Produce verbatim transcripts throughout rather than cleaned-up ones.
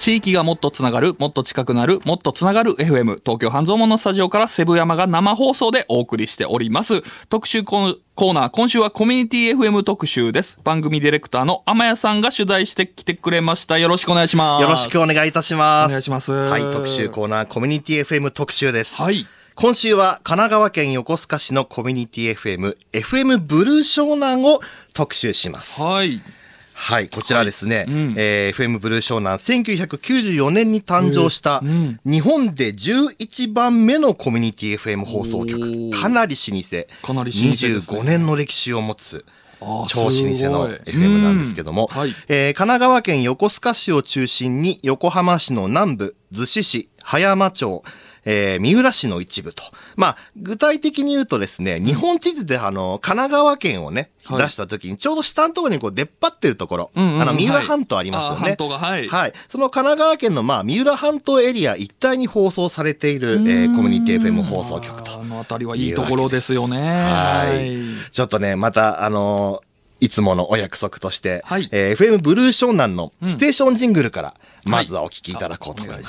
地域がもっとつながる、もっと近くなる、もっとつながる エフエム 東京半蔵門のスタジオからセブ山が生放送でお送りしております。特集コーナー、今週はコミュニティ エフエム 特集です。番組ディレクターの天谷さんが取材してきてくれました。よろしくお願いします。 よろしくお願いいたします。 お願いします。 はい、特集コーナーコミュニティ エフエム 特集です。 はい。 今週は神奈川県横須賀市のコミュニティ エフエム、エフエム ブルー湘南を特集します。 はい。 はい、こちらですね、はい、うん、えー、エフエム ブルー湘南せんきゅうひゃくきゅうじゅうよねんに誕生した、うん、日本でじゅういちばんめのコミュニティ エフエム 放送局。かなり老舗。かなり老舗ですね。にじゅうごねんの歴史を持つ。超老舗の エフエム なんですけども、はい、えー、神奈川県横須賀市を中心に横浜市の南部、逗子市、葉山町、えー、三浦市の一部と。まあ、具体的に言うとですね、日本地図であの、神奈川県をね、はい、出した時にちょうど下のところにこう出っ張ってるところ、うんうん、あの、三浦半島ありますよね。 はい、半島が、はい。 はい。その神奈川県のまあ、三浦半島エリア一帯に放送されている、えー、コミュニティ エフエム 放送局と。 あのあたりはいいところですよね。 はい。ちょっとね、また、あのー、いつものお約束として、はい、えー、エフエム ブルー湘南のステーションジングルから、まずはお聞きいただこうと思います。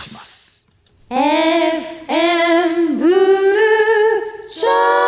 はい、エフエム ブルー湘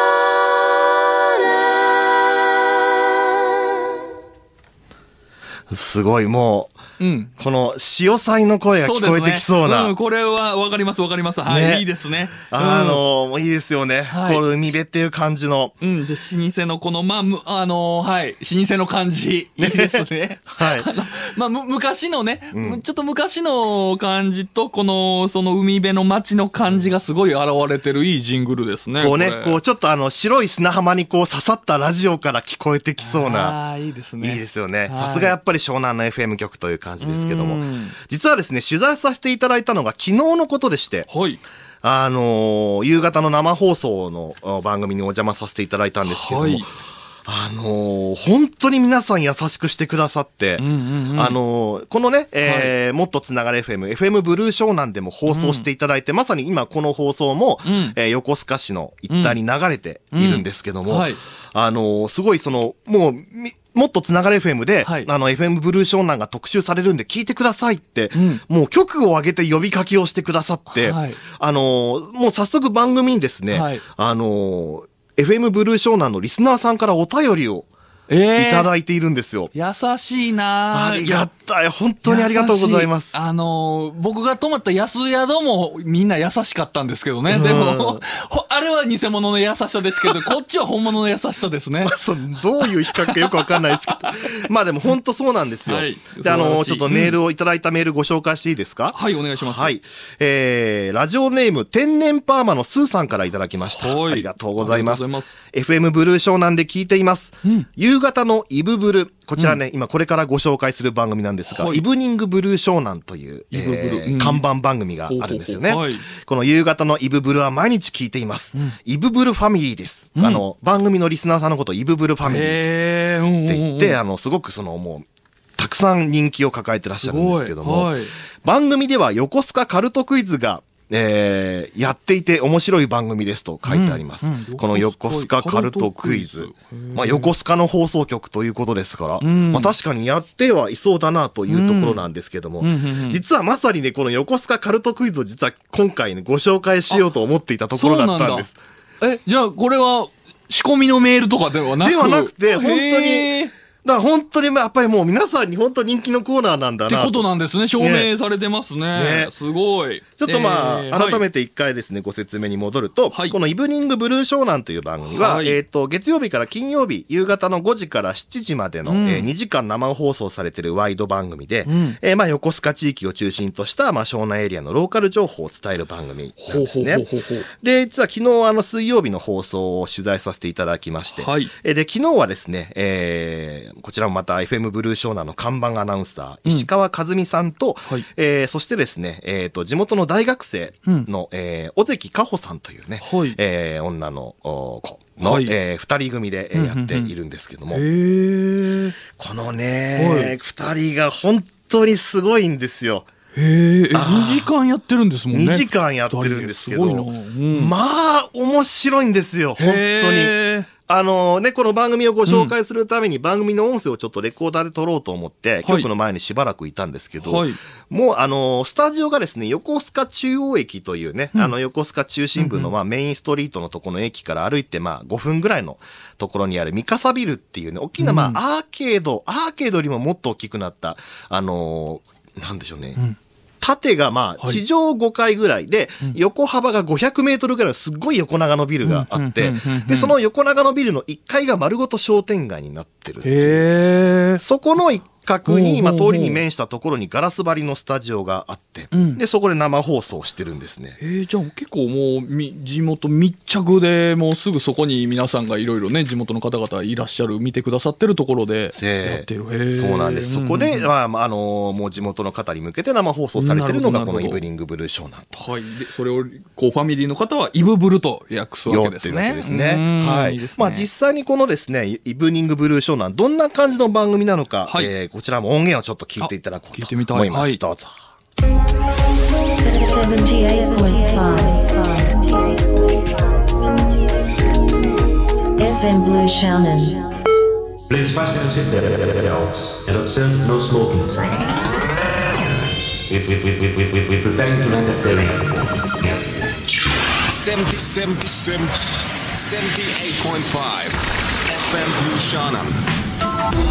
南。すごい、もう、うん、この潮騒の声が聞こえてきそうな。 そうですね。うん、これはわかりますわかります。はい、ね、いいですね。 あの、もういいですよね。はい、これ海辺っていう感じの。 うん、で、老舗のこの、まあ、あの、はい、老舗の感じ。いいですね。はい。まあ、む、昔のね、うん、ちょっと昔の感じと、この、その海辺の街の感じがすごい現れてるいいジングルですね。 こうね、こう、ちょっとあの、白い砂浜にこう刺さったラジオから聞こえてきそうな。 ああ、いいですね。 いいですよね。さすがやっぱり湘南の エフエム 局という感じですけども。実はですね、取材させていただいたのが昨日のことでして、はい、あのー、夕方の生放送の番組にお邪魔させていただいたんですけども、はい、あのー、本当に皆さん優しくしてくださって、うんうんうん、あのー、このね、えーはい、もっとつながる エフエム、エフエム ブルー湘南でも放送していただいて、うん、まさに今この放送も、うん、えー、横須賀市の一帯に流れているんですけども、うんうんはい、あのー、すごいその、もう、もっとつながる エフエム で、はい、あの エフエム ブルー湘南が特集されるんで聞いてくださいって、うん、もう局を挙げて呼びかけをしてくださって、はい、あのー、もう早速番組にですね、はい、あのー、エフエム ブルー湘南のリスナーさんからお便りをいただいているんですよ。 えー、優しいなぁ。 ありがたい。本当にありがとうございます。 あのー、僕が泊まった安宿もみんな優しかったんですけどね。でも、あれは偽物の優しさですけど、こっちは本物の優しさですね。 そう、どういう比較かよくわかんないですけど。まあでも本当そうなんですよ。はい、で、あのー、ちょっとメールをいただいたメールご紹介していいですか？ はい、お願いします。 はい。えー、ラジオネーム天然パーマのスーさんからいただきました。はい。ありがとうございます。ありがとうございます。エフエム ブルー湘南で聞いています。うん、夕方のイブブル。こちらね、うん、今これからご紹介する番組なんですが、はい、イブニングブルー湘南という、えーうん、看板番組があるんですよね。ほうほうほう、はい、この夕方のイブブルは毎日聞いています。うん、イブブルファミリーです。うん、あの、番組のリスナーさんのことをイブブルファミリーって言って、あの、すごくそのもう、たくさん人気を抱えてらっしゃるんですけども、はい、番組では横須賀カルトクイズがえー、やっていて面白い番組ですと書いてあります。うんうん、この横須賀カルトクイズ。まあ、横須賀の放送局ということですから、うん、まあ、確かにやってはいそうだなというところなんですけども、うん、実はまさにね、この横須賀カルトクイズを実は今回ね、ご紹介しようと思っていたところだったんです。 え、じゃあこれは仕込みのメールとかではなくではなくて、本当に、だから本当にやっぱりもう皆さんに本当人気のコーナーなんだなと。 ってことなんですね。証明されてますね。ね、すごい。 ちょっとまあ、えー、改めて一回ですね、はい、ご説明に戻ると、はい、このイブニングブルー湘南という番組は、はい、えっと、月曜日から金曜日、夕方のごじからしちじまでの、うん、えー、にじかん生放送されているワイド番組で、うん、えー、まあ、横須賀地域を中心とした、まあ、湘南エリアのローカル情報を伝える番組なんですね。ほうほうほうほう。で、実は昨日あの水曜日の放送を取材させていただきまして、はい、えー、で、昨日はですね、えー、こちらもまた エフエム ブルー湘南の看板アナウンサー、石川和美さんと、うん、はい、えー、そしてですね、えっと、地元の大学生の、うん、えー、尾関香穂さんというね、はい、えー、女の子の、はい、えー、二人組でやっているんですけども、うんうんうん、このね、はい、二人が本当にすごいんですよ。 へえ、にじかんやってるんですもんね。 にじかんやってるんですけど、 すごいな、うん、 まあ、面白いんですよ、本当に。あのね、この番組をご紹介するために番組の音声をちょっとレコーダーで撮ろうと思って、うん、局の前にしばらくいたんですけど、はい、もうあの、スタジオがですね、横須賀中央駅というね、うん、あの、横須賀中心部のまあメインストリートのところの駅から歩いてまあごふんぐらいのところにある三笠ビルっていうね、大きなまあアーケード、アーケードよりももっと大きくなった、あのー、なんでしょうね。うん縦がまあ地上ごかいぐらいで、横幅がごひゃくメートルぐらいのすっごい横長のビルがあって、で、その横長のビルのいっかいが丸ごと商店街になってるっていう。そこの一角に、まあ通りに面したところにガラス張りのスタジオがあって、で、そこで生放送してるんですね。 えー、じゃあ結構もうみ、地元密着でもうすぐそこに皆さんがいろいろね、地元の方々いらっしゃる、見てくださってるところでやってる。へそうなんです。そこで、まあ、あの、もう地元の方に向けて生放送されてるのがこのイブニングブルーショーなんと。 はい。で、それを、こう、ファミリーの方はイブブルと訳すわけですね。 よってるわけですね。はい。いいですね。まあ実際にこのですね、イブニングブルーショーなん、どんな感じの番組なのか、はい、えー、こちらも音源をちょっと聞いていただこうと思います。はい、どうぞ。エフエム Blue Shannon. Please fasten your seatbelts and observe no smoking sign. We, we, we, we, we, we, we preparing to land at the lane. seventy, seventy, seventy, seventy-eight point five エフエム Blue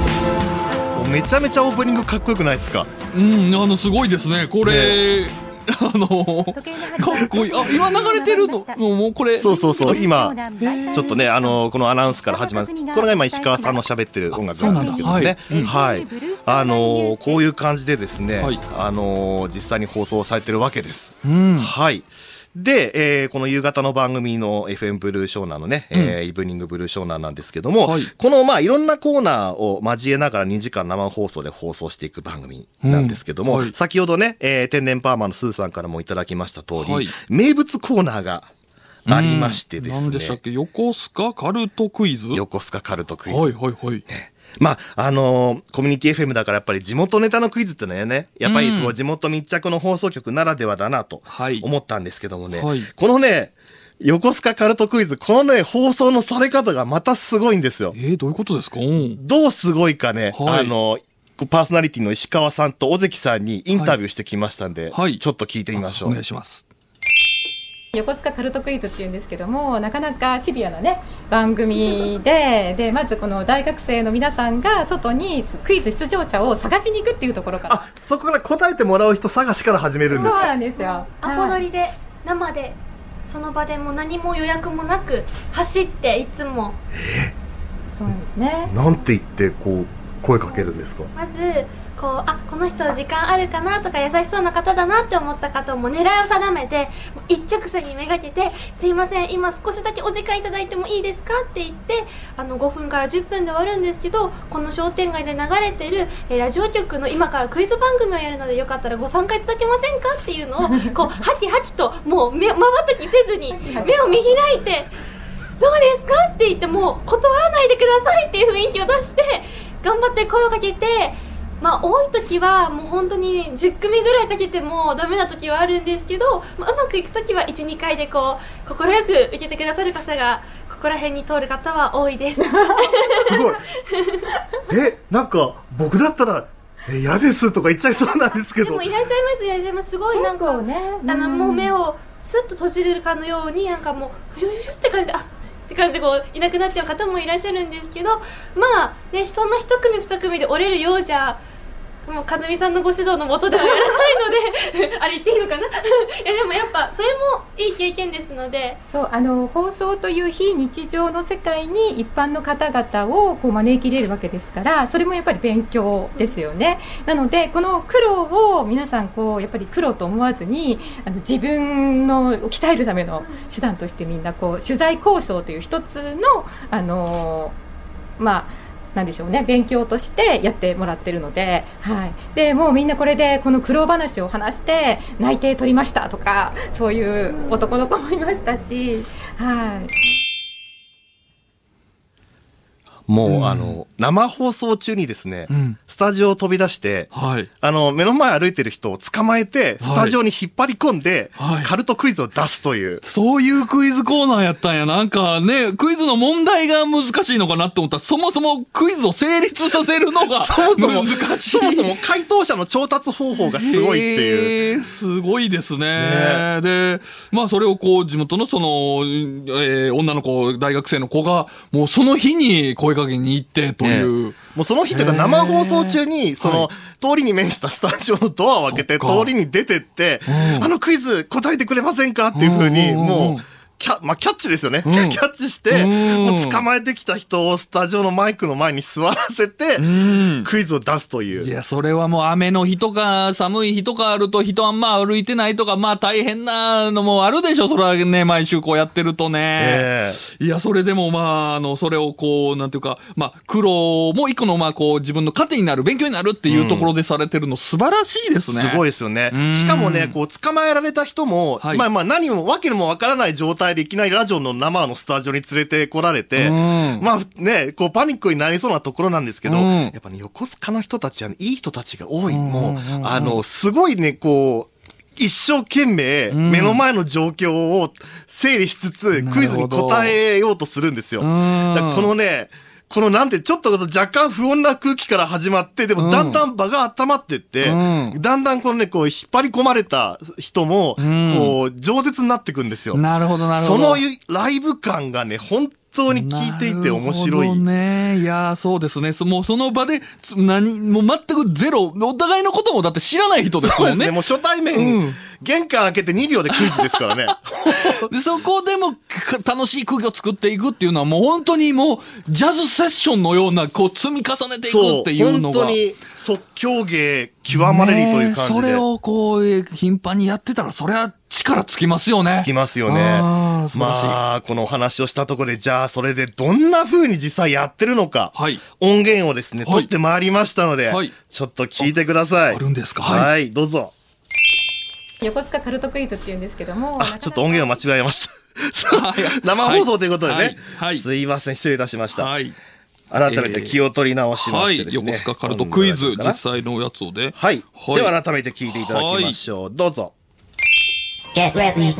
Shannon. めちゃめちゃオープニングかっこよくないですか？ うん、あのすごいですね。これ、ね、あのかっこいい。あ、今流れてるのもうこれ。 そうそうそう。今ちょっとね、あのこのアナウンスから始まる。これが今石川さんの喋ってる音楽なんですけどね。はい、はい。あのこういう感じでですね、はい、あの実際に放送されてるわけです。うん、はい。で、えー、この夕方の番組の エフエム ブルーショーナーのね、うん、えー、イブニングブルーショーナーなんですけども、はい、このまあいろんなコーナーを交えながらにじかん生放送で放送していく番組なんですけども、うんはい、先ほどね、えー、天然パーマのスーさんからもいただきました通り、はい、名物コーナーがありましてですね。 何でしたっけ？横須賀カルトクイズ？ 横須賀カルトクイズ。 はいはいはい。 ね、まあ、あのー、コミュニティ エフエム だからやっぱり地元ネタのクイズってのはね、やっぱりそう地元密着の放送局ならではだなと思ったんですけどもね、はい、このね、横須賀カルトクイズ、このね、放送のされ方がまたすごいんですよ。 えー、どういうことですか？うん、 どうすごいかね、はい、あのー、パーソナリティの石川さんと尾関さんにインタビューしてきましたんで、はい、ちょっと聞いてみましょう。 お願いします。 横須賀カルトクイズっていうんですけども、なかなかシビアなね番組で、でまずこの大学生の皆さんが外にクイズ出場者を探しに行くっていうところから、 あ、そこから答えてもらう人探しから始めるんですか？ そうなんですよ。 アポ取りで生でその場でも何も予約もなく走っていつも、 えー、そうなんですね。 なんて言ってこう声かけるんですか？ まずこう、あ、この人時間あるかなとか優しそうな方だなって思った方も狙いを定めて一直線にめがけて、すいません今少しだけお時間いただいてもいいですかって言って、あのごふんからじゅっぷんで終わるんですけど、この商店街で流れてるえラジオ局の今からクイズ番組をやるのでよかったらご参加いただけませんかっていうのをこうハキハキともう目まばたきせずに目を見開いてどうですかって言って、もう断らないでくださいっていう雰囲気を出して頑張って声をかけて、まあ、多い時はもう本当にじゅっくみぐらいかけてもダメな時はあるんですけど、まあ、うまくいく時はいち、にかいでこう快く受けてくださる方がここら辺に通る方は多いですすごいえ、なんか僕だったらえ嫌ですとか言っちゃいそうなんですけど、 でもいらっしゃいますいらっしゃいます。すごいなんか、ね、あのもう目をスッと閉じるかのようになんかもうフュフュって感じで、あって感じでこういなくなっちゃう方もいらっしゃるんですけど、まあね、そんな一組二組で折れるようじゃもう和美さんのご指導のもとではやらないのであれ言っていいのかないやでもやっぱそれもいい経験ですので、 そうあの放送という非日常の世界に一般の方々をこう招き入れるわけですから、それもやっぱり勉強ですよね。なのでこの苦労を皆さんこうやっぱり苦労と思わずに、あの自分の鍛えるための手段としてみんなこう取材交渉という一つのあのまあなんでしょうね、勉強としてやってもらってるので、はい、でもうみんなこれでこの苦労話を話して内定取りましたとか、そういう男の子もいましたし、はい。 もう、 うん、 あの、生放送中にですね、 うん、 スタジオを飛び出して、はい、あの、目の前歩いてる人を捕まえて、スタジオに引っ張り込んで、はい、カルトクイズを出すという。 そういうクイズコーナーやったんや。なんかね、クイズの問題が難しいのかなって思ったら、そもそもクイズを成立させるのが難しい。 そもそも回答者の調達方法がすごいっていう。 すごいですね。ねで、まあそれをこう、地元のその、えー、女の子、大学生の子が、もうその日に声かけに行ってという。 ね、もうその日というか生放送中に、その、はい、通りに面したスタジオのドアを開けて、通りに出てって、あのクイズ答えてくれませんかっていう風に、もう、キャ、まあ、キャッチですよね。うん、キャッチして、もう捕まえてきた人をスタジオのマイクの前に座らせて、クイズを出すという。 いや、それはもう雨の日とか寒い日とかあると人あんま歩いてないとか、まあ大変なのもあるでしょ。それはね、毎週こうやってるとね。えー、いや、それでもまあ、あの、それをこう、なんていうか、まあ、苦労も一個のまあ、こう、自分の糧になる、勉強になるっていうところでされてるの素晴らしいですね。 すごいですよね。しかもね、こう、捕まえられた人も、はい、まあまあ、何も、わけもわからない状態でいきなりラジオの生のスタジオに連れてこられて、うん、まあね、こうパニックになりそうなところなんですけど、うん、やっぱね、横須賀の人たちは、ね、いい人たちが多い。うん、もう、あの、すごいね、こう、一生懸命、目の前の状況を整理しつつ、うん、クイズに答えようとするんですよ。だからこのね、このなんて、ちょっと若干不穏な空気から始まって、でもだんだん場が温まってって、うん、だんだんこのね、こう引っ張り込まれた人も、うん、こう、饒舌になってくんですよ。 なるほど、なるほど。 そのライブ感がね、本当に聞いていて面白い。 なるほどね。いや、そうですね。もうその場で、何、もう全くゼロ。お互いのこともだって知らない人ですもんね。 そうですね。もう初対面、うん、玄関開けてにびょうでクイズですからね。 でそこでも楽しい空気を作っていくっていうのはもう本当にもうジャズセッションのようなこう積み重ねていくっていうのが。 本当に即興芸極まれりという感じで。 それをこう頻繁にやってたらそれは力つきますよね。 つきますよね。あまあ、このお話をしたところで、じゃあそれでどんな風に実際やってるのか、はい、音源をですね、取ってまいりましたので、はい、ちょっと聞いてください。 あるんですか。 はい、はい、どうぞ。 横須賀カルトクイズって言うんですけども、 あ、ちょっと音源を間違えました。生放送ということでね、はいはい、すいません、失礼いたしました。はい、改めて気を取り直しましてですね、 はい、横須賀カルトクイズ実際のやつをで、 はい、はい、では改めて聞いていただきましょう。はい、どうぞ。 Get ready.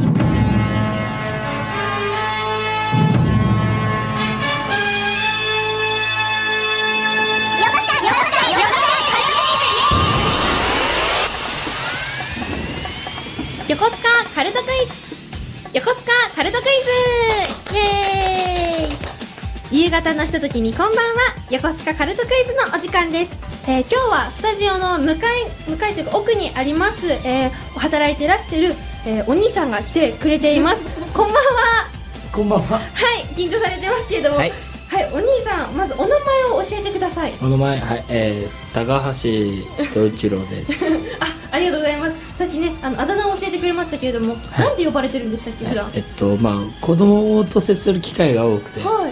横須賀カルトクイズ横須賀カルトクイズイエーイ。夕方のひとときにこんばんは。横須賀カルトクイズのお時間です。えー、今日はスタジオの向かい向かいというか奥にあります、えー、働いてらしてる、えー、お兄さんが来てくれています。こんばんは。 こんばんは。 はい、緊張されてますけれども、はい、はい、お兄さんまずお名前を教えてください。 お名前、はい、えー、高橋東一郎です。 あ、ありがとうございます。さっきね、あのあだ名を教えてくれましたけれども、はい、なんて呼ばれてるんでしたっけ普段。 えっとまあ子供と接する機会が多くて、はい、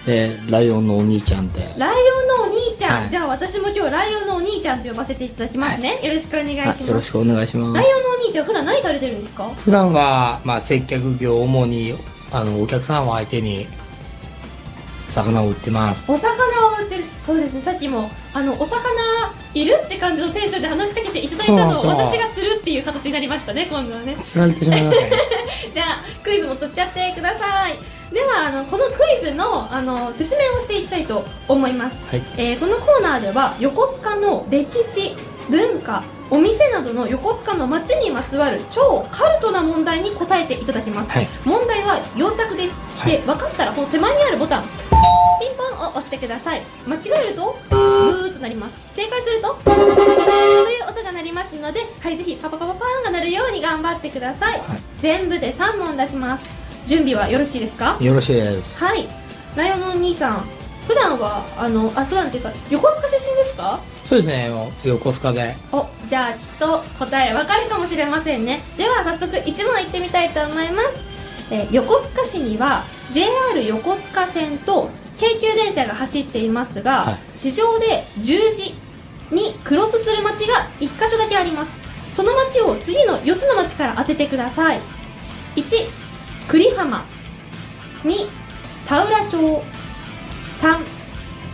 でライオンのお兄ちゃんで。 ライオンのお兄ちゃん、はい、じゃあ私も今日ライオンのお兄ちゃんと呼ばせていただきますね、はい、よろしくお願いします。 よろしくお願いします。 ライオンのお兄ちゃん普段何されてるんですか。 普段は、まあ、接客業、主にあのお客さんを相手に魚を売ってます。 お魚を売ってる。そうですね、さっきもあのお魚いるって感じのテンションで話しかけていただいたのを私が釣るっていう形になりましたね。今度はね釣られてしまいましたね。 じゃあクイズも釣っちゃってください。ではあのこのクイズ の, あの説明をしていきたいと思います、はい。えー、このコーナーでは横須賀の歴史、文化、お店などの横須賀の街にまつわる超カルトな問題に答えていただきます、はい、問題はよん択です、はい、で分かったらこの手前にあるボタンピンポンを押してください。間違えるとブーとなります。正解するとという音が鳴りますので、はい、ぜひパパパパパーンが鳴るように頑張ってください、はい、全部でさん問出します。準備はよろしいですか。 よろしいです。 はい。ライオンのお兄さん、普段はあのあ普段っていうか横須賀出身ですか。 そうですね、横須賀で。 お、じゃあきっと答えわかるかもしれませんね。では早速いち問いってみたいと思います。えー、横須賀市には ジェイアール 横須賀線と京急電車が走っていますが、はい、地上で十字にクロスする町がいっかしょだけあります。その町を次のよっつの町から当ててください。いち栗浜、に田浦町、さん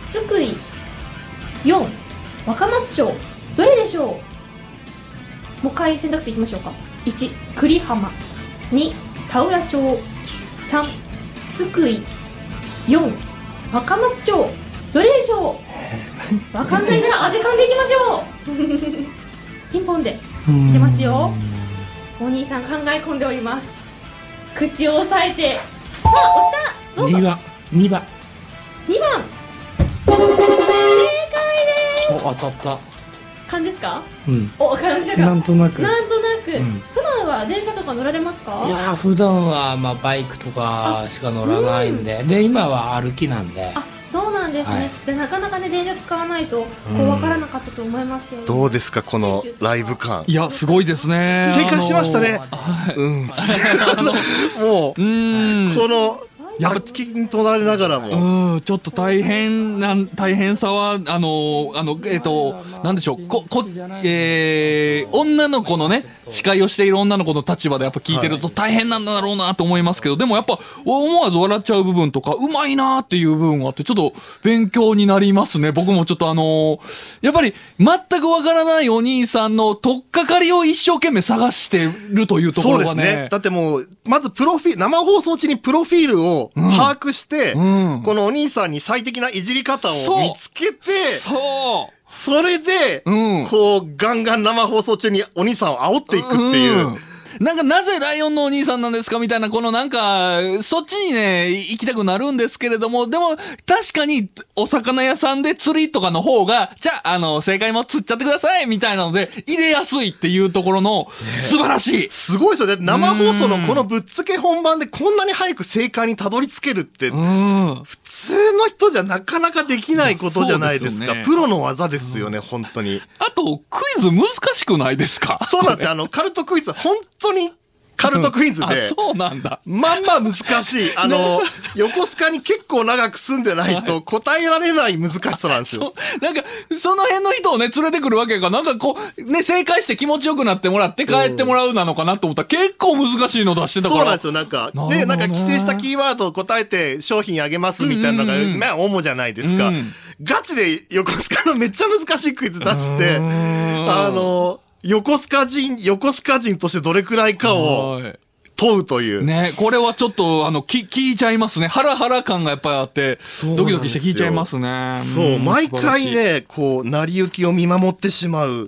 津久井、よん若松町、どれでしょう。もう一回選択肢いきましょうか。いち栗浜、に田浦町、さん津久井、よん若松町、どれでしょう。わかんないなら当てかんでいきましょうピンポンでいきますよ。お兄さん考え込んでおります。口を押さえて、さあ押した、どうぞ。 にばんにばんにばん正解です。 お、当たった。 勘ですか。 うん。 お、分かりましたか。 なんとなくなんとなく、 うん、 普段は電車とか乗られますか。 いやー、普段はまあバイクとかしか乗らないんで、で今は歩きなんで。 あ、そうなんですね、はい、じゃあなかなかね電車使わないとこう分からなかったと思いますよ、ね、 どうですかこのライブ感。 いやすごいですね。 正解しましたね、 あのー、 うんもううんこのやっぱ筋となりながらもうんちょっと大変なん大変さはあのあのえっ、ー、となんでしょうここえー、女の子のね司会をしている女の子の立場でやっぱ聞いてると大変なんだろうなと思いますけど、でもやっぱ思わず笑っちゃう部分とかうまいなっていう部分があってちょっと勉強になりますね。僕もちょっとあのやっぱり全くわからないお兄さんの取っかかりを一生懸命探してるというところがね。 そうですね。だってもうまずプロフィール生放送中にプロフィールを把握して、うんうん、このお兄さんに最適ないじり方を見つけて、 そうそれで、うん、こうガンガン生放送中にお兄さんを煽っていくっていう、 うん、なんかなぜライオンのお兄さんなんですかみたいなこのなんかそっちにね行きたくなるんですけれども、でも確かにお魚屋さんで釣りとかの方がじゃああの正解も釣っちゃってくださいみたいなので入れやすいっていうところの素晴らしい、ね、 すごいですよね。生放送のこのぶっつけ本番でこんなに早く正解にたどり着けるって普通の人じゃなかなかできないことじゃないですか。プロの技ですよね、本当に。 あとクイズ難しくないですか。 そうなんですよ。あのカルトクイズ本当にカルトクイズで、うん、あ、 そうなんだ。 まんま難しい。あの、横須賀に結構長く住んでないと答えられない難しさなんですよ。 なんか、その辺の人をね、連れてくるわけが、なんかこう、ね、正解して気持ちよくなってもらって帰ってもらうなのかなと思ったら、結構難しいの出してたから。 そうなんですよ。なんか、ね、なんか規制したキーワードを答えて商品あげますみたいなのが、うんうんうん、まあ、主じゃないですか。うん、ガチで横須賀のめっちゃ難しいクイズ出して、あの、横須賀人、横須賀人としてどれくらいかを問うという。 ね、これはちょっと、あの、き、聞いちゃいますね。ハラハラ感がやっぱりあって、ドキドキして聞いちゃいますね。 そう、うん、毎回ね、こう、成り行きを見守ってしまう。うん。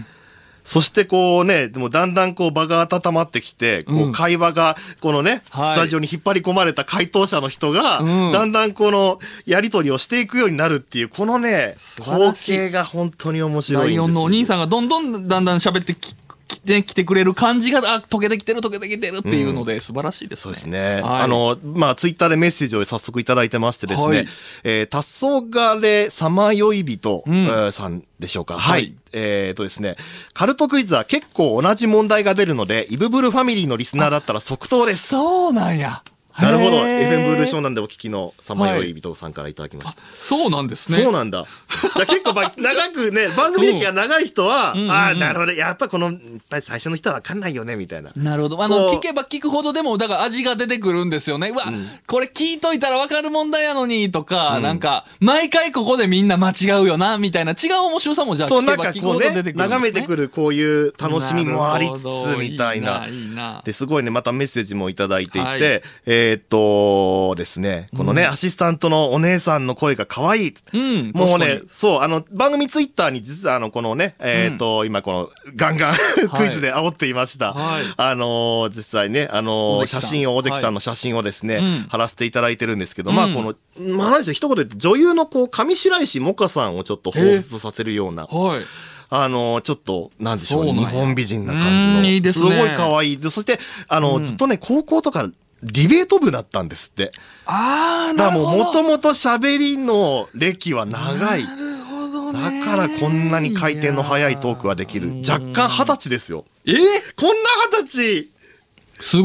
そしてこうね、でもだんだんこう場が温まってきて、こう会話が、このね、うん、スタジオに引っ張り込まれた回答者の人が、うん、だんだんこのやりとりをしていくようになるっていう、このね、光景が本当に面白いんですよ。 ライオンのお兄さんがどんどんだんだん喋ってきね、来てくれる感じが、あ、溶けてきてる溶けてきてるっていうので、うん、素晴らしいですね。 そうですね。はい、あの、まあ、ツイッターでメッセージを早速いただいてましてですね、はい、えー、たそがれさまよい人、うんえー、さんでしょうか。はい。はい、えーとですね、カルトクイズは結構同じ問題が出るので、イブブルファミリーのリスナーだったら即答です。 そうなんや。 なるほど。エフエム ブルーショーなんでお聞きのさまよい人さんからいただきました。はい、 そうなんですね。 そうなんだ。じゃあ結構ば長くね、番組歴が長い人は、うん、ああ、なるほど。やっぱこの、最初の人はわかんないよね、みたいな。 なるほど。あの、聞けば聞くほどでも、だから味が出てくるんですよね。うわ、うん、これ聞いといたらわかる問題やのに、とか、うん、なんか、毎回ここでみんな間違うよな、みたいな違う面白さもじゃあ聞けば聞くほど出てくるんですね。そう、なんかこうね、眺めてくるこういう楽しみもありつつ、みたいな。いいな、いいな。で、すごいね、またメッセージもいただいていて、はい、えー、っと、ですね、このね、うん、アシスタントのお姉さんの声が可愛い。うん、もうね、そう、あの、番組ツイッターに実はあの、このね、えっ、ー、と、うん、今この、ガンガンクイズで煽っていました。はい、あのー、実際ね、あのー、写真を、大関さんの写真をですね、はい、貼らせていただいてるんですけど、うん、まあこの、まあ何でしょう、一言で言って女優のこう、上白石萌歌さんをちょっと彷彿とさせるような。はい。あの、ちょっと、なんでしょう、日本美人な感じの。いいですね。すごい可愛い。そして、あの、うん、ずっとね、高校とか、ディベート部だったんですって。 ああ、なるほど。 だからもう元々喋りの歴は長い。なるほどね。だからこんなに回転の速いトークができる。若干二十歳ですよ。 えー、 こんな二十歳。 すごい。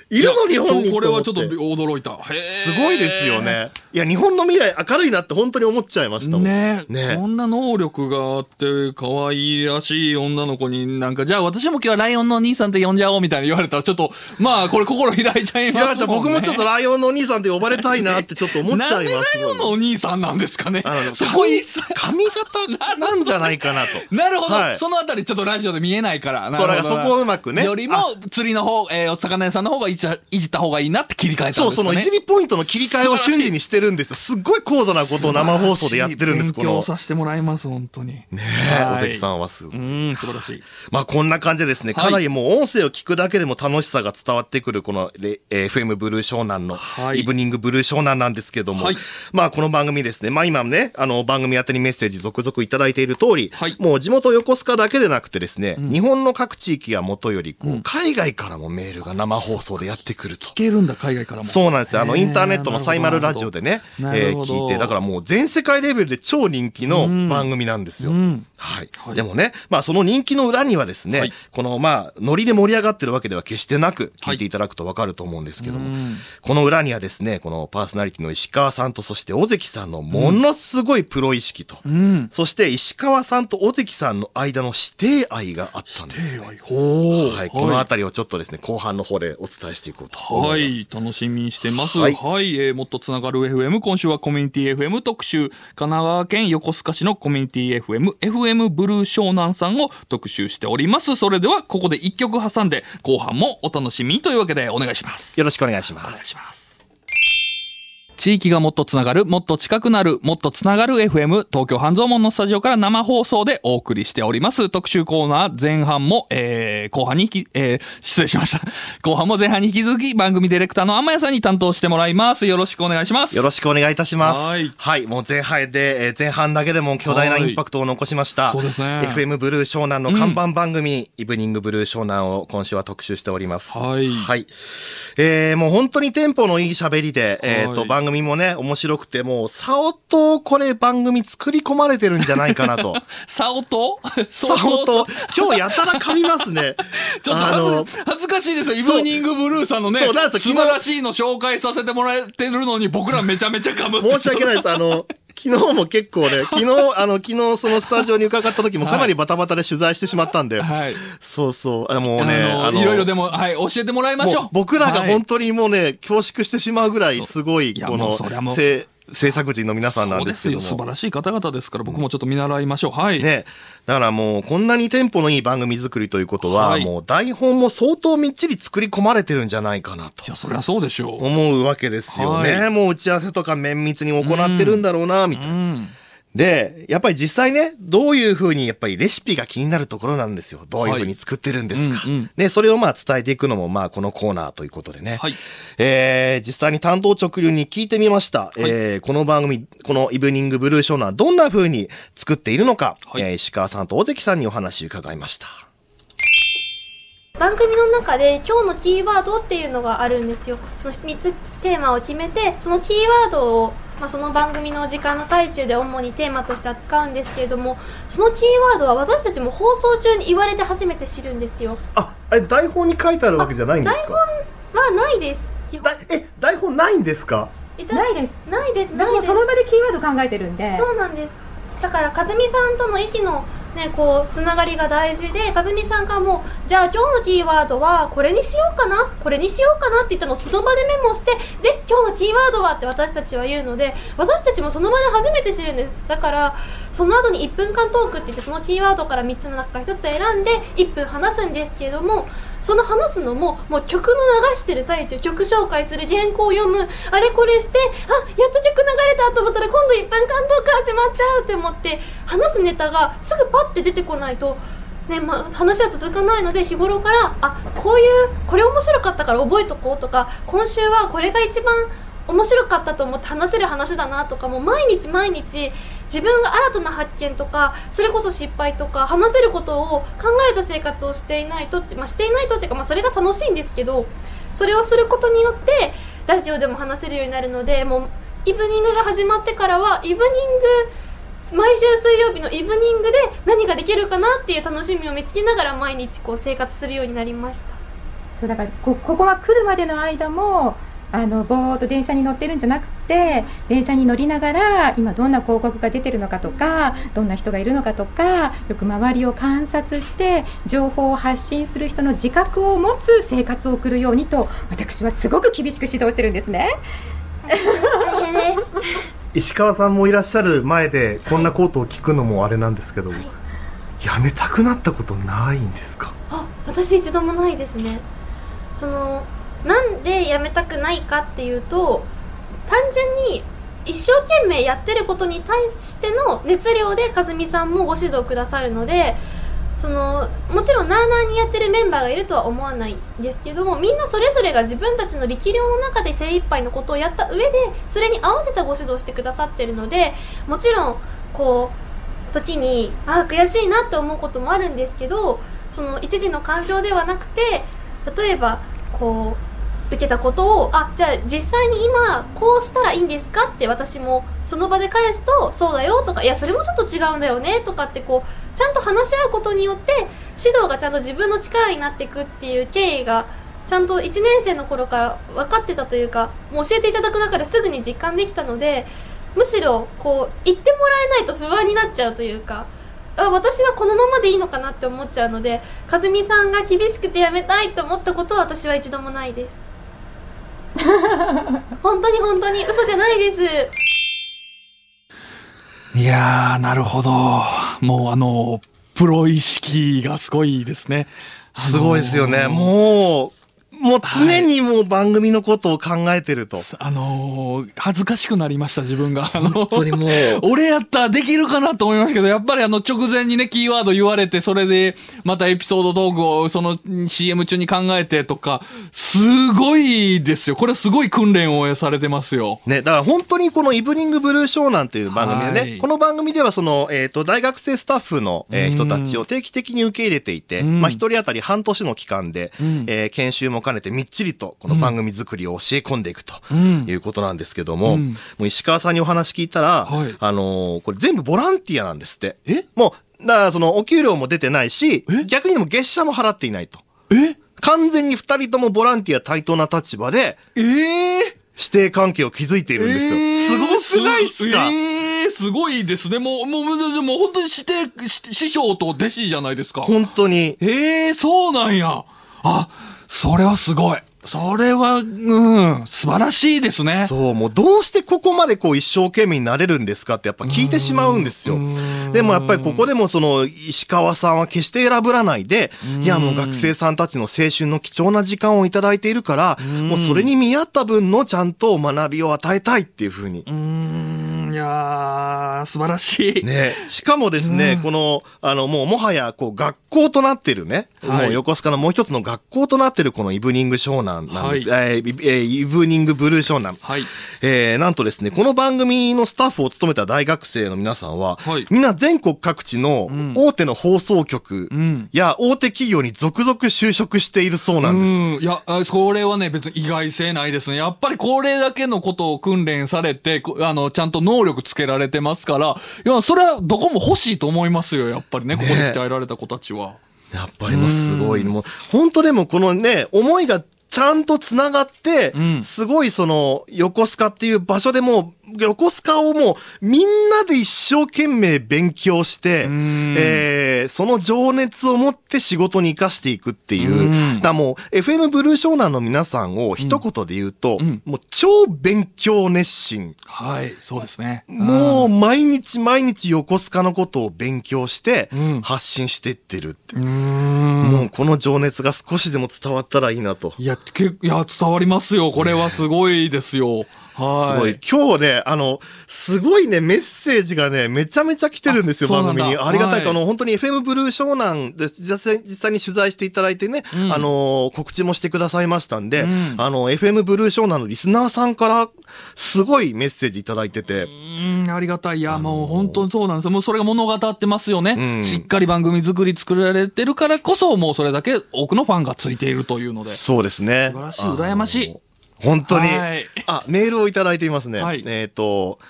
いるの日本に。 これはちょっと驚いた。へすごいですよね。いや、日本の未来明るいなって本当に思っちゃいましたもん。 ねね。 こんな能力があって、可愛らしい女の子になんか、じゃあ私も今日はライオンのお兄さんって呼んじゃおうみたいに言われたら、ちょっと、まあこれ心開いちゃいますもんね。いや、 僕もちょっとライオンのお兄さんって呼ばれたいなってちょっと思っちゃいます。なんでライオンのお兄さんなんですかね。 あの、そこい髪型なんじゃないかなと。 なるほど、はい。そのあたりちょっとラジオで見えないから。 そう、だからそこをうまくね。 よりも、釣りの方、えー、お魚屋さんの方がいじった方がいいなって切り替えたんですよね。 そう、その一理ポイントの切り替えを瞬時にしてるんですよ。すっごい高度なことを生放送でやってるんです、 この。勉強させてもらいます、本当に。ねえ、尾関さんはすごい。 うん、素晴らしい。 まあこんな感じでですね、かなりもう音声を聞くだけでも楽しさが伝わってくる、この、えー、エフエム ブルー湘南の、イブニングブルー湘南なんですけども、はい、まあこの番組ですね、まあ今ね、あの番組宛てにメッセージ続々いただいている通り、はい、もう地元横須賀だけでなくてですね、うん、日本の各地域がもとよりこう、うん、海外からもメールが生放送でやってくると。 聞けるんだ、海外からも。 そうなんですよ。あのインターネットのサイマルラジオでね、えー、聞いて、だからもう全世界レベルで超人気の番組なんですよ。うんうん、はい、はい。でもね、まあその人気の裏にはですね、はい、このまあノリで盛り上がってるわけでは決してなく、聞いていただくとわかると思うんですけども、はい、この裏にはですね、このパーソナリティの石川さんとそして尾関さんのものすごいプロ意識と、うん、そして石川さんと尾関さんの間の師弟愛があったんです、ね。師弟愛。はい。このあたりをちょっとですね、後半の方でお伝えしていこうと思います。 はい。楽しみにしてます。はい。はい、えー、もっとつながる エフエム。今週はコミュニティ エフエム 特集。神奈川県横須賀市のコミュニティ エフエム、エフエム ブルー湘南さんを特集しております。それでは、ここで一曲挟んで、後半もお楽しみというわけでお願いします。 よろしくお願いします。 お願いします。地域がもっとつながる、もっと近くなる、もっとつながる エフエム、東京半蔵門のスタジオから生放送でお送りしております。特集コーナー前半も、えー、後半に引き、えー、失礼しました。後半も前半に引き続き番組ディレクターの天谷さんに担当してもらいます。よろしくお願いします。 よろしくお願いいたします。はい。はい。もう前半で、えー、前半だけでも巨大なインパクトを残しました。 そうですね。 エフエム ブルー湘南の看板番組、うん、イブニングブルー湘南を今週は特集しております。 はい。 はい。えー、もう本当にテンポのいい喋りで、えっと、番組もね、面白くて、もう、相当これ番組作り込まれてるんじゃないかなと。 相当相当今日やたら噛みますね。 ちょっとあの恥ずかしいですよ。イブニングブルーさんのね、そうなんです素晴らしいの紹介させてもらってるのに、僕らめちゃめちゃ噛むって。 申し訳ないです。あの、昨日も結構ね、昨日、あの、昨日そのスタジオに伺った時もかなりバタバタで取材してしまったんで、はい、そうそう、あもうね、 あの、いろいろでも、はい、教えてもらいましょう。う僕らが本当にもうね、はい、恐縮してしまうぐらいすごい、この、せ制作陣の皆さんなんですけども。 そうですよ、素晴らしい方々ですから、僕もちょっと見習いましょう。はい。 ね。だからもう、こんなにテンポのいい番組作りということは、はい、もう台本も相当みっちり作り込まれてるんじゃないかなと。 いや、そりゃそうでしょう。 思うわけですよね。はい、もう打ち合わせとか綿密に行ってるんだろうな、みたいな。うんで、やっぱり実際ね、どういう風にやっぱりレシピが気になるところなんですよ。どういう風に作ってるんですか。はいうんうん、で、それをまあ伝えていくのもまあこのコーナーということでね。はい、えー、実際に担当直入に聞いてみました。はい、えー、この番組、このイブニングブルー湘南どんな風に作っているのか、はい、えー、石川さんと尾関さんにお話を伺いました。 番組の中で今日のキーワードっていうのがあるんですよ。そのみっつテーマを決めて、そのキーワードをまあ、その番組の時間の最中で主にテーマとして扱うんですけれども、そのキーワードは私たちも放送中に言われて初めて知るんですよ。 あ、え、台本に書いてあるわけじゃないんですか？ 台本はないです。 え、台本ないんですか？ ないです。 ないです。 私もその場でキーワード考えてるんで。 そうなんです。だから和美さんとの息のね、こうつながりが大事で、和美さんがもうじゃあ今日のキーワードはこれにしようかなこれにしようかなって言ったのをその場でメモして、で今日のキーワードはって私たちは言うので、私たちもその場で初めて知るんです。だからその後にいっぷんかんトークって言って、そのキーワードからみっつの中からひとつ選んでいっぷん話すんですけれども、その話すのももう曲の流してる最中、曲紹介する、原稿を読む、あれこれして、あ、やっと曲流れたと思ったら今度いっぷんかんトーク始まっちゃうって思って、話すネタがすぐパッて出てこないとね、まあ、話は続かないので、日頃からあ、こういうこれ面白かったから覚えとこうとか、今週はこれが一番面白かったと思って話せる話だなとか、もう毎日毎日自分が新たな発見とか、それこそ失敗とか話せることを考えた生活をしていないとって、まあ、していないとっていうか、まあ、それが楽しいんですけど、それをすることによってラジオでも話せるようになるので、もうイブニングが始まってからはイブニング毎週水曜日のイブニングで何ができるかなっていう楽しみを見つけながら毎日こう生活するようになりました。 そうだから こ, ここは来るまでの間もあのぼーっと電車に乗ってるんじゃなくて、電車に乗りながら今どんな広告が出てるのかとか、どんな人がいるのかとか、よく周りを観察して情報を発信する人の自覚を持つ生活を送るようにと、私はすごく厳しく指導してるんですね。 大変です。 石川さんもいらっしゃる前でこんなことを聞くのもあれなんですけど、はい、やめたくなったことないんですか？ あ、私一度もないですね。そのなんでやめたくないかっていうと、単純に一生懸命やってることに対しての熱量で和美さんもご指導くださるので、そのもちろんなあなあにやってるメンバーがいるとは思わないんですけども、みんなそれぞれが自分たちの力量の中で精一杯のことをやった上で、それに合わせたご指導してくださってるので、もちろんこう時にあ悔しいなって思うこともあるんですけど、その一時の感情ではなくて、例えばこう受けたことを、あ、じゃあ実際に今こうしたらいいんですかって私もその場で返すと、そうだよとか、いやそれもちょっと違うんだよねとかってこうちゃんと話し合うことによって指導がちゃんと自分の力になっていくっていう経緯がちゃんといちねん生の頃から分かってたというか、もう教えていただく中ですぐに実感できたので、むしろこう言ってもらえないと不安になっちゃうというか、あ、私はこのままでいいのかなって思っちゃうので、和美さんが厳しくてやめたいと思ったことは私は一度もないです。本当に本当に嘘じゃないです。 いやー、なるほど。もうあのプロ意識がすごいですね。 すごいですよね。もうもう常にもう番組のことを考えてると。はい、 あのー、恥ずかしくなりました、自分が。あのー、 本当にもう。 俺やったらできるかなと思いましたけど、やっぱりあの直前にね、キーワード言われて、それでまたエピソードトークをその シーエム 中に考えてとか、すごいですよ。これすごい訓練をされてますよ。 ね、だから本当にこのイブニングブルー湘南という番組でね、はい、この番組ではその、えっと、大学生スタッフの、えー、人たちを定期的に受け入れていて、まあ一人当たり半年の期間で、えー、研修も兼ねてみっちりとこの番組作りを教え込んでいくということなんですけども、うん、もう石川さんにお話聞いたら、はい、あのー、これ全部ボランティアなんですって。え？もう、だからそのお給料も出てないし、逆にでも月謝も払っていないと。え？完全に二人ともボランティア対等な立場で、えー、指定関係を築いているんですよ。えー、すごくないっすか？ えー、すごいですね。もう、もう、もう本当に指定、師匠と弟子じゃないですか。 本当に。 えー、そうなんや。あ、それはすごい。それは、うん、素晴らしいですね。 そう、もうどうしてここまでこう一生懸命になれるんですかってやっぱ聞いてしまうんですよ。でもやっぱりここでもその石川さんは決して選ぶらないで、いやもう学生さんたちの青春の貴重な時間をいただいているから、もうそれに見合った分のちゃんと学びを与えたいっていうふうに。 うーん、いやー、素晴らしい。 ね、しかもですね、この、あのもうもはやこう学校となってるね、はい、もう横須賀のもう一つの学校となってるこのイブニング湘南なんです。はい、えー、イブニングブルー湘南。はい。えー、なんとですね、この番組のスタッフを務めた大学生の皆さんは、はい、みんな全国各地の大手の放送局や大手企業に続々就職しているそうなんです。うん。 いや、それはね、別に意外性ないですね。やっぱりこれだけのことを訓練されて、あの、ちゃんと能力つけられてますから、いや、それはどこも欲しいと思いますよ、やっぱりね、ここで鍛えられた子たちは。ね、 やっぱりもうすごい、もう、本当でもこのね、思いがちゃんと繋がって、うん、すごいその、横須賀っていう場所でもう、横須賀をもう、みんなで一生懸命勉強して、えー、その情熱を持って仕事に生かしていくっていう、うだもう、エフエム ブルー湘南の皆さんを一言で言うと、うん、もう超勉強熱心。 はい、そうですね。 もう、毎日毎日横須賀のことを勉強して、発信していってるって。うん、もう、この情熱が少しでも伝わったらいいなと。 いや、けいや、伝わりますよ。これはすごいですよ。はい。 すごい。今日ね、あの、すごいね、メッセージがね、めちゃめちゃ来てるんですよ、番組に。ありがたいか、はい、あの、本当に エフエム ブルー湘南で実際、実際に取材していただいてね、うん、あの、告知もしてくださいましたんで、うん、あの、エフエム ブルー湘南のリスナーさんから、すごいメッセージいただいてて。 うん、ありがたい。いや、あのー、もう本当にそうなんですよ。もうそれが物語ってますよね。うん、しっかり番組作り作られてるからこそ、もうそれだけ多くのファンがついているというので。 そうですね。 素晴らしい、羨ましい。 本当に。はい、あ、メールをいただいていますね。はい、えっと、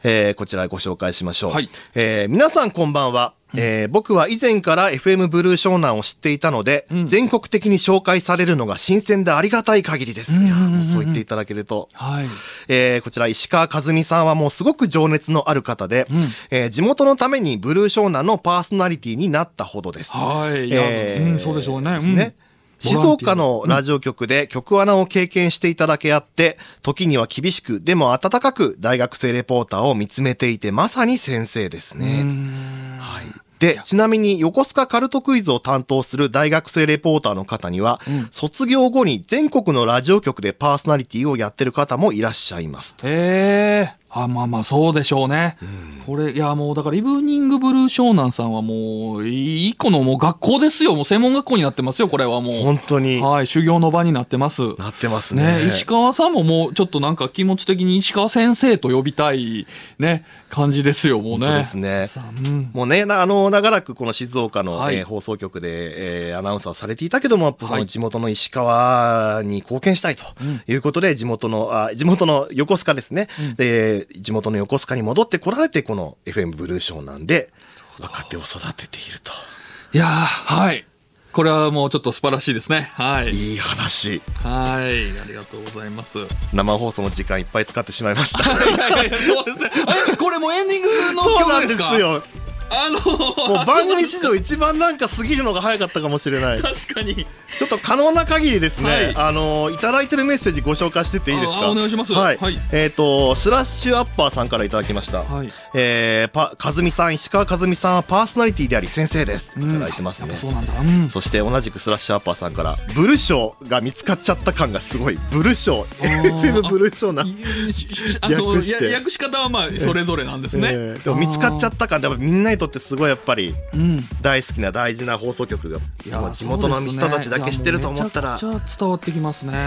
えー、こちらご紹介しましょう。 はい。 えー、皆さんこんばんは。えー、僕は以前から エフエム ブルー湘南を知っていたので、うん、全国的に紹介されるのが新鮮でありがたい限りです。いやもうそう言っていただけると。はい。えー、こちら石川和美さんはもうすごく情熱のある方で、うん、えー、地元のためにブルー湘南のパーソナリティになったほどです。 はい。えー、うん、そうでしょうね。 ですね。うん、静岡のラジオ局で局アナを経験していただけあって、時には厳しく、でも温かく大学生レポーターを見つめていて、まさに先生ですね。はい。で、ちなみに横須賀カルトクイズを担当する大学生レポーターの方には、うん、卒業後に全国のラジオ局でパーソナリティをやってる方もいらっしゃいます。 へー。あ、まあまあそうでしょうね。うん、これ、いやもうだからイブニングブルー湘南さんはもう、一個のもう学校ですよ。もう専門学校になってますよ、これはもう。 本当に。 はい、修行の場になってます。 なってますね。 ね、石川さんももうちょっとなんか気持ち的に石川先生と呼びたい、ね、感じですよ、もうね。 そうですね。うん、もうね、あの、長らくこの静岡の、はい、えー、放送局で、えー、アナウンサーされていたけども、その地元の石川に貢献したいということで、はい、地元の、あ、地元の横須賀ですね。うん、で、地元の横須賀に戻ってこられて、この エフエム ブルー湘南で若手を育てていると。 いやー、はい。これはもうちょっと素晴らしいですね。はい。 いい話。 はい。ありがとうございます。 生放送の時間いっぱい使ってしまいました。 いやいやいや、そうですね。これもうエンディングの曲ですか？ そうなんですよ。あのー、もう番組史上一番なんか過ぎるのが早かったかもしれない。 確かに。 ちょっと可能な限りですね、はい、あのー、いただいてるメッセージご紹介してっていいですか？ お願いします。 はい。はい、えっ、ー、と、スラッシュアッパーさんからいただきました。はい。えー、パ、かずみさん、石川かずみさんはパーソナリティであり先生です。いただいてますね。 うん、そうなんだ。うん。 そして同じくスラッシュアッパーさんから、ブル賞が見つかっちゃった感がすごい。ブル賞。エフエム ブルー賞な。 略して。訳し方はまあ、それぞれなんですね。えー、でも見つかっちゃった感で、みんなにとってすごいやっぱり、うん、大好きな大事な放送局が地元の人たちだけ知ってると思ったら、 めちゃくちゃ伝わってきますね。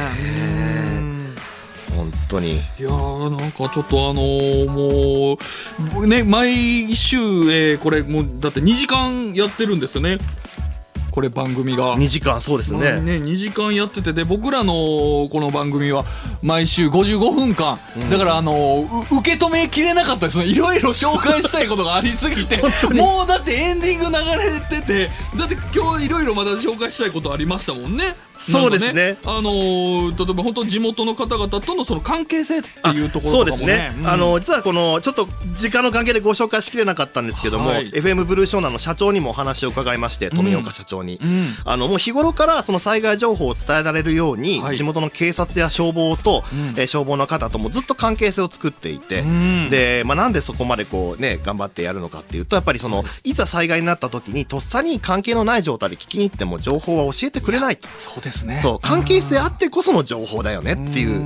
本当に。いやーなんかちょっとあのー、もうね毎週、えー、これもうだってにじかんやってるんですよね。これ番組がにじかん、そうですね。 ね、にじかんやってて、で僕らのこの番組は毎週ごじゅうごふんかん、うん、だからあの受け止めきれなかったですね。いろいろ紹介したいことがありすぎてもうだってエンディング流れてて、だって今日いろいろまだ紹介したいことありましたもんね。 そうですね。 あのー、例えば本当地元の方々とのその関係性っていうところとかもね。 そうですね。うん、あの実はこのちょっと時間の関係でご紹介しきれなかったんですけども、はい、エフエム ブルー湘南の社長にもお話を伺いまして、富岡社長に、うん、あのもう日頃からその災害情報を伝えられるように、はい、地元の警察や消防と、うん、えー、消防の方ともずっと関係性を作っていて、うん、で、まあ、なんでそこまでこうね頑張ってやるのかっていうと、やっぱりその、はい、いざ災害になった時にとっさに関係のない状態で聞きに行っても情報は教えてくれないと。 そうですね。 そう関係性あってこその情報だよねっていう、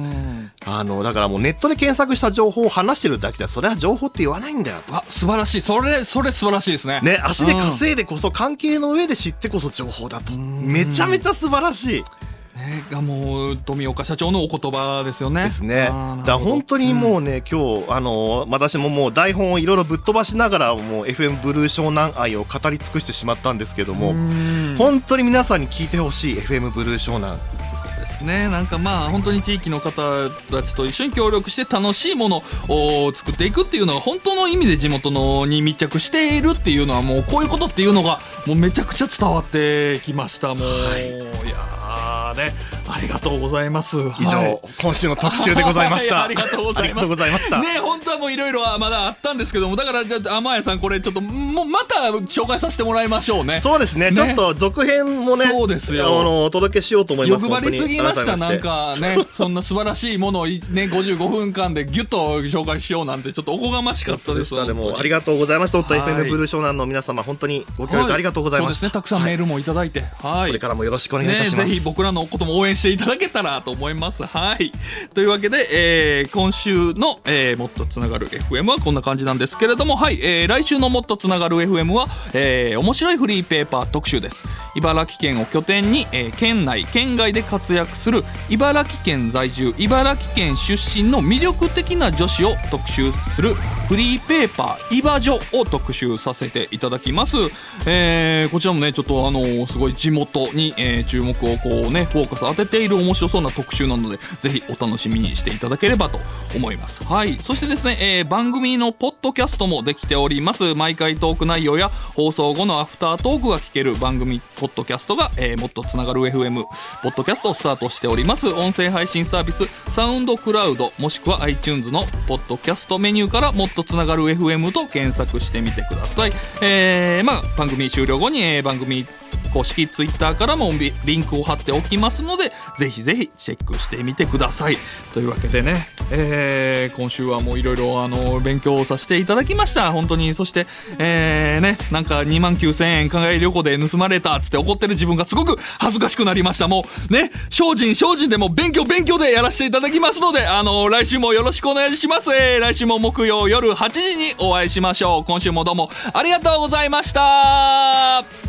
あのだからもうネットで検索した情報を話してるだけじゃそれは情報って言わないんだよ。 あ、素晴らしい。それそれ素晴らしいですね。 ね、足で稼いでこそ関係の上で知ってこそ情報だと。めちゃめちゃ素晴らしい。 ね、がもう富岡社長のお言葉ですよね。 ですね。だから本当にもうね、うん、今日あの私ももう台本をいろいろぶっ飛ばしながらもう エフエム ブルー湘南愛を語り尽くしてしまったんですけども、本当に皆さんに聞いてほしい エフエム ブルー湘南。 ですね。なんかまあ本当に地域の方たちと一緒に協力して楽しいものを作っていくっていうのが本当の意味で地元のに密着しているっていうのはもうこういうことっていうのがもうめちゃくちゃ伝わってきました。もう、はい、いやね、ありがとうございます。 以上、はい、今週の特集でございました。 ありがとうございます。ありがとうございました。ね、本当はもういろいろまだあったんですけども、だからじゃあ天谷さんこれちょっともうまた紹介させてもらいましょうね。 そうですね。ね、ちょっと続編もね、 そうですよ。 あのお届けしようと思います。 欲張りすぎました。なんかね、そんな素晴らしいものをねごじゅうごふんかんでギュッと紹介しようなんてちょっとおこがましかったです。 でもありがとうございました。本当 エフエム ブルー湘南の皆様本当にご協力ありがとうございました。 はい、そうですね。たくさんメールもいただいて、はい、 これからもよろしくお願いいたします。 ね、ぜひ僕らのことも応援していただけたらと思います。はい。というわけで、えー、今週の、えー、もっとつながる エフエム はこんな感じなんですけれども、はい、えー、来週のもっとつながる エフエム は、えー、面白いフリーペーパー特集です。茨城県を拠点に、えー、県内県外で活躍する茨城県在住茨城県出身の魅力的な女子を特集するフリーペーパーいば女を特集させていただきます。えー、こちらもねちょっとあのー、すごい地元に、えー、注目をこうねフォーカス当てている面白そうな特集なので、ぜひお楽しみにしていただければと思います。はい。そしてですね、えー、番組のポッドキャストもできております。毎回トーク内容や放送後のアフタートークが聞ける番組ポッドキャストが、えー、もっとつながる エフエム ポッドキャストをスタートしております。音声配信サービスサウンドクラウドもしくは iTunes のポッドキャストメニューからもっとつながる エフエム と検索してみてください。えー、まあ番組終了後に、えー、番組公式ツイッターからもリンクを貼っておきますので、ぜひぜひチェックしてみてください。というわけでね、えー、今週はもういろいろあの勉強させていただきました。本当に。そして、えー、ね、なんかにまんきゅうせんえん海外旅行で盗まれたっつって怒ってる自分がすごく恥ずかしくなりました。もうね、精進精進でも勉強勉強でやらせていただきますので、あの来週もよろしくお願いします。えー、来週も木曜夜はちじにお会いしましょう。今週もどうもありがとうございました。